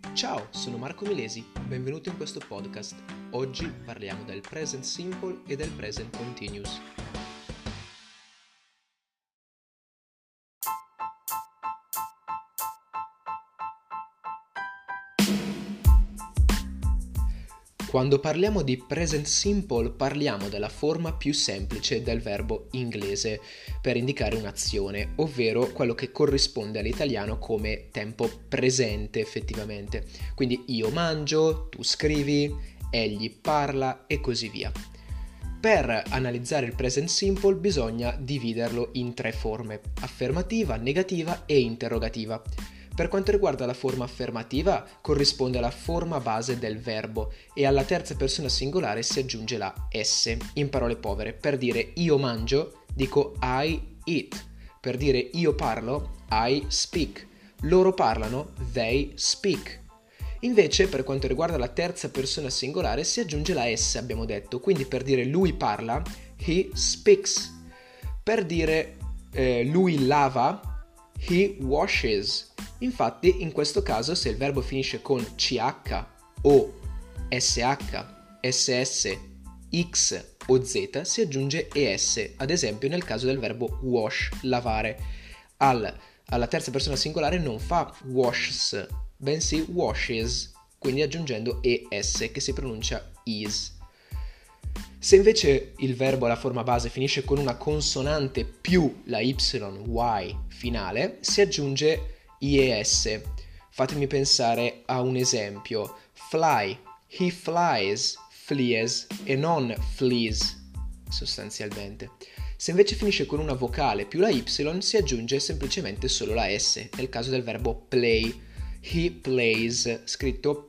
Ciao, sono Marco Milesi, benvenuto in questo podcast. Oggi parliamo del present simple e del present continuous. Quando parliamo di present simple parliamo della forma più semplice del verbo inglese per indicare un'azione, ovvero quello che corrisponde all'italiano come tempo presente effettivamente. Quindi io mangio, tu scrivi, egli parla e così via. Per analizzare il present simple bisogna dividerlo in tre forme: affermativa, negativa e interrogativa. Per quanto riguarda la forma affermativa, corrisponde alla forma base del verbo e alla terza persona singolare si aggiunge la S. In parole povere, per dire io mangio, dico I eat. Per dire io parlo, I speak. Loro parlano, they speak. Invece, per quanto riguarda la terza persona singolare, si aggiunge la S, abbiamo detto. Quindi per dire lui parla, he speaks. Per dire lui lava, he washes. Infatti, in questo caso, se il verbo finisce con CH o SH, SS, X o Z, si aggiunge ES, ad esempio nel caso del verbo wash, lavare. Alla terza persona singolare non fa washes, bensì washes, quindi aggiungendo ES che si pronuncia is. Se invece il verbo alla forma base finisce con una consonante più la Y finale, si aggiunge IES. Fatemi pensare a un esempio. Fly, he flies, flees e non flees sostanzialmente. Se invece finisce con una vocale più la Y si aggiunge semplicemente solo la S, nel caso del verbo play. He plays, scritto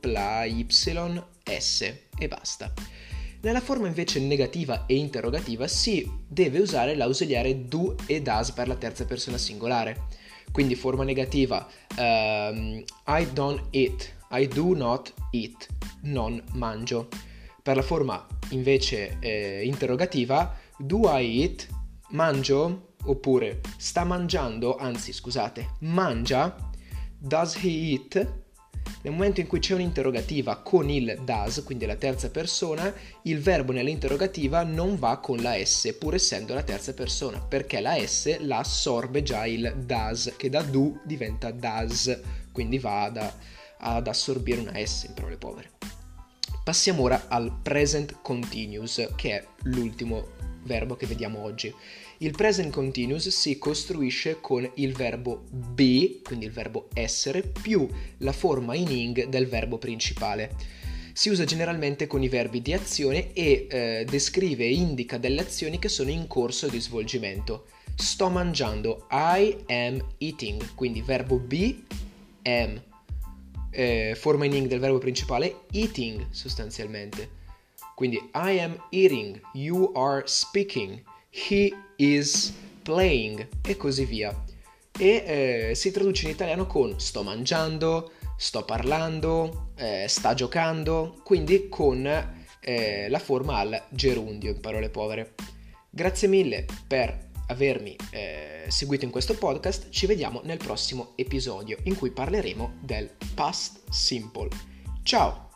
PLAYS e basta. Nella forma invece negativa e interrogativa si deve usare l'ausiliare do e does per la terza persona singolare. Quindi forma negativa, I don't eat, I do not eat, non mangio. Per la forma invece interrogativa, do I eat, mangio, oppure sta mangiando, anzi scusate, mangia, does he eat. Nel momento in cui c'è un'interrogativa con il does, quindi la terza persona, il verbo nell'interrogativa non va con la S, pur essendo la terza persona, perché la S la assorbe già il does, che da do diventa does, quindi va ad assorbire una S in parole povere. Passiamo ora al present continuous, che è l'ultimo verbo che vediamo oggi. Il present continuous si costruisce con il verbo be, quindi il verbo essere, più la forma in ing del verbo principale. Si usa generalmente con i verbi di azione e descrive e indica delle azioni che sono in corso di svolgimento. Sto mangiando, I am eating, quindi verbo be, am. Forma in ing del verbo principale, eating sostanzialmente. Quindi I am eating, you are speaking, he is playing e così via. E si traduce in italiano con sto mangiando, sto parlando, sta giocando, quindi con la forma al gerundio in parole povere. Grazie mille per avermi seguito in questo podcast, ci vediamo nel prossimo episodio in cui parleremo del past simple. Ciao!